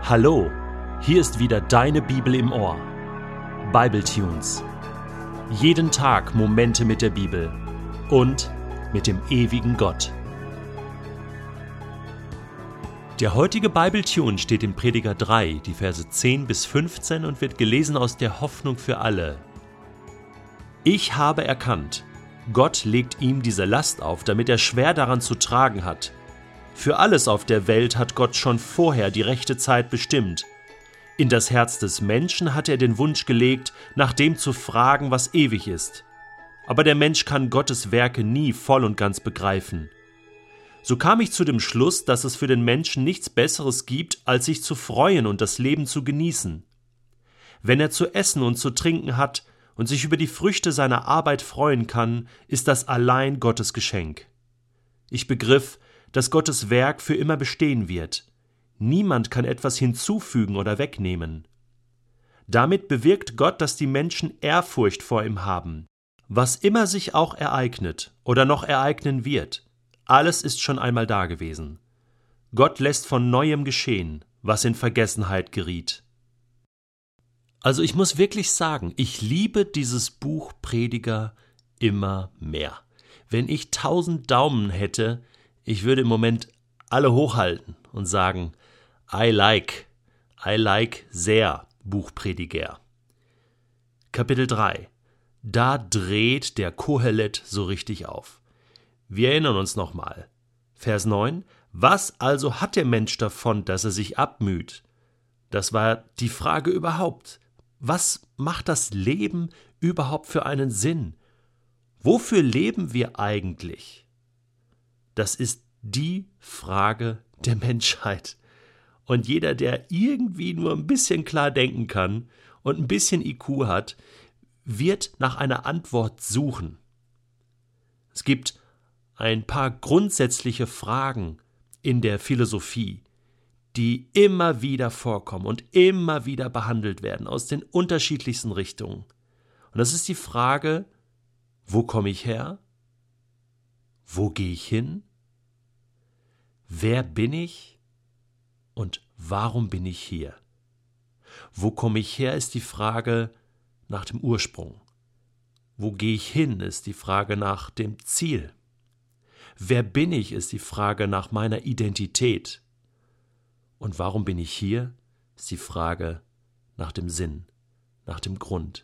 Hallo, hier ist wieder deine Bibel im Ohr. Bible Tunes. Jeden Tag Momente mit der Bibel und mit dem ewigen Gott. Der heutige Bible Tune steht im Prediger 3, die Verse 10 bis 15 und wird gelesen aus der Hoffnung für alle. Ich habe erkannt, Gott legt ihm diese Last auf, damit er schwer daran zu tragen hat. Für alles auf der Welt hat Gott schon vorher die rechte Zeit bestimmt. In das Herz des Menschen hat er den Wunsch gelegt, nach dem zu fragen, was ewig ist. Aber der Mensch kann Gottes Werke nie voll und ganz begreifen. So kam ich zu dem Schluss, dass es für den Menschen nichts Besseres gibt, als sich zu freuen und das Leben zu genießen. Wenn er zu essen und zu trinken hat und sich über die Früchte seiner Arbeit freuen kann, ist das allein Gottes Geschenk. Ich begriff, dass Gottes Werk für immer bestehen wird. Niemand kann etwas hinzufügen oder wegnehmen. Damit bewirkt Gott, dass die Menschen Ehrfurcht vor ihm haben. Was immer sich auch ereignet oder noch ereignen wird, alles ist schon einmal dagewesen. Gott lässt von Neuem geschehen, was in Vergessenheit geriet. Also ich muss wirklich sagen, ich liebe dieses Buch Prediger immer mehr. Wenn ich 1000 Daumen hätte, ich würde im Moment alle hochhalten und sagen, I like sehr Buch Prediger. Kapitel 3. Da dreht der Kohelet so richtig auf. Wir erinnern uns nochmal. Vers 9. Was also hat der Mensch davon, dass er sich abmüht? Das war die Frage überhaupt. Was macht das Leben überhaupt für einen Sinn? Wofür leben wir eigentlich? Das ist die Frage der Menschheit. Und jeder, der irgendwie nur ein bisschen klar denken kann und ein bisschen IQ hat, wird nach einer Antwort suchen. Es gibt ein paar grundsätzliche Fragen in der Philosophie, die immer wieder vorkommen und immer wieder behandelt werden aus den unterschiedlichsten Richtungen. Und das ist die Frage, wo komme ich her? Wo gehe ich hin? Wer bin ich und warum bin ich hier? Wo komme ich her, ist die Frage nach dem Ursprung. Wo gehe ich hin, ist die Frage nach dem Ziel. Wer bin ich, ist die Frage nach meiner Identität. Und warum bin ich hier, ist die Frage nach dem Sinn, nach dem Grund.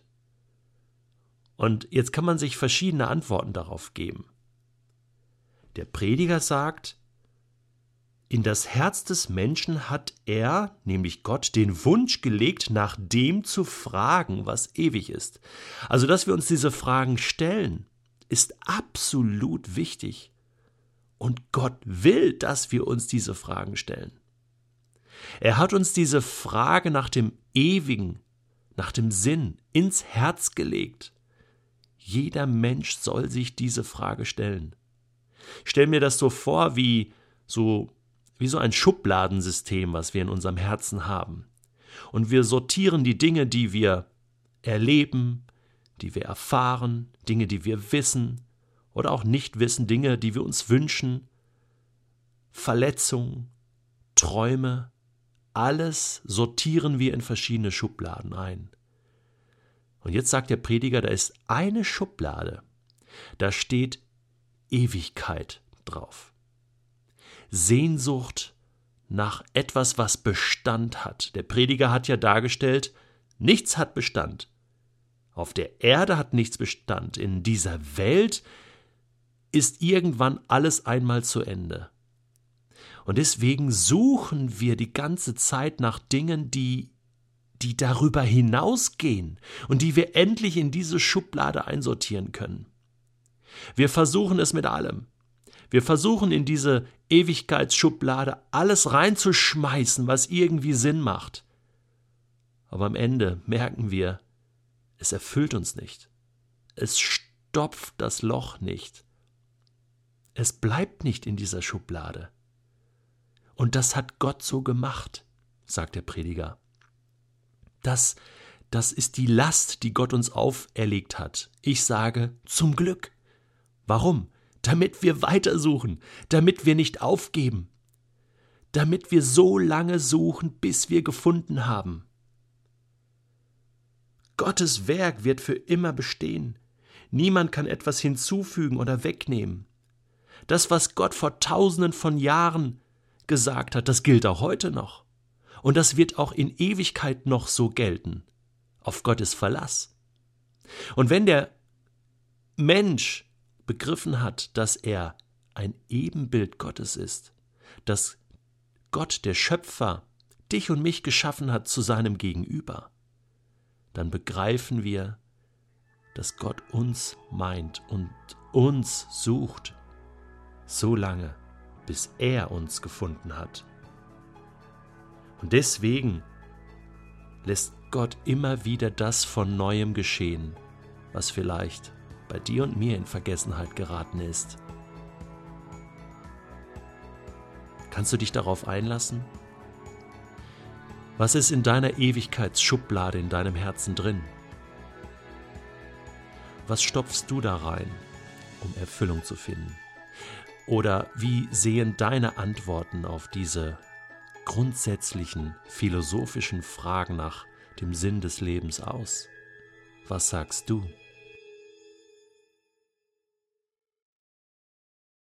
Und jetzt kann man sich verschiedene Antworten darauf geben. Der Prediger sagt, in das Herz des Menschen hat er, nämlich Gott, den Wunsch gelegt, nach dem zu fragen, was ewig ist. Also, dass wir uns diese Fragen stellen, ist absolut wichtig. Und Gott will, dass wir uns diese Fragen stellen. Er hat uns diese Frage nach dem Ewigen, nach dem Sinn ins Herz gelegt. Jeder Mensch soll sich diese Frage stellen. Ich stelle mir das so vor wie so ein Schubladensystem, was wir in unserem Herzen haben. Und wir sortieren die Dinge, die wir erleben, die wir erfahren, Dinge, die wir wissen oder auch nicht wissen, Dinge, die wir uns wünschen, Verletzungen, Träume, alles sortieren wir in verschiedene Schubladen ein. Und jetzt sagt der Prediger, da ist eine Schublade, da steht Ewigkeit drauf. Sehnsucht nach etwas, was Bestand hat. Der Prediger hat ja dargestellt, nichts hat Bestand. Auf der Erde hat nichts Bestand. In dieser Welt ist irgendwann alles einmal zu Ende. Und deswegen suchen wir die ganze Zeit nach Dingen, die darüber hinausgehen und die wir endlich in diese Schublade einsortieren können. Wir versuchen es mit allem. Wir versuchen in diese Ewigkeitsschublade alles reinzuschmeißen, was irgendwie Sinn macht. Aber am Ende merken wir, es erfüllt uns nicht. Es stopft das Loch nicht. Es bleibt nicht in dieser Schublade. Und das hat Gott so gemacht, sagt der Prediger. Das ist die Last, die Gott uns auferlegt hat. Ich sage, zum Glück. Warum? Damit wir weitersuchen, damit wir nicht aufgeben, damit wir so lange suchen, bis wir gefunden haben. Gottes Werk wird für immer bestehen. Niemand kann etwas hinzufügen oder wegnehmen. Das, was Gott vor Tausenden von Jahren gesagt hat, das gilt auch heute noch. Und das wird auch in Ewigkeit noch so gelten. Auf Gottes Verlass. Und wenn der Mensch begriffen hat, dass er ein Ebenbild Gottes ist, dass Gott, der Schöpfer, dich und mich geschaffen hat zu seinem Gegenüber, dann begreifen wir, dass Gott uns meint und uns sucht, so lange, bis er uns gefunden hat. Und deswegen lässt Gott immer wieder das von Neuem geschehen, was vielleicht bei dir und mir in Vergessenheit geraten ist. Kannst du dich darauf einlassen? Was ist in deiner Ewigkeitsschublade in deinem Herzen drin? Was stopfst du da rein, um Erfüllung zu finden? Oder wie sehen deine Antworten auf diese grundsätzlichen philosophischen Fragen nach dem Sinn des Lebens aus? Was sagst du?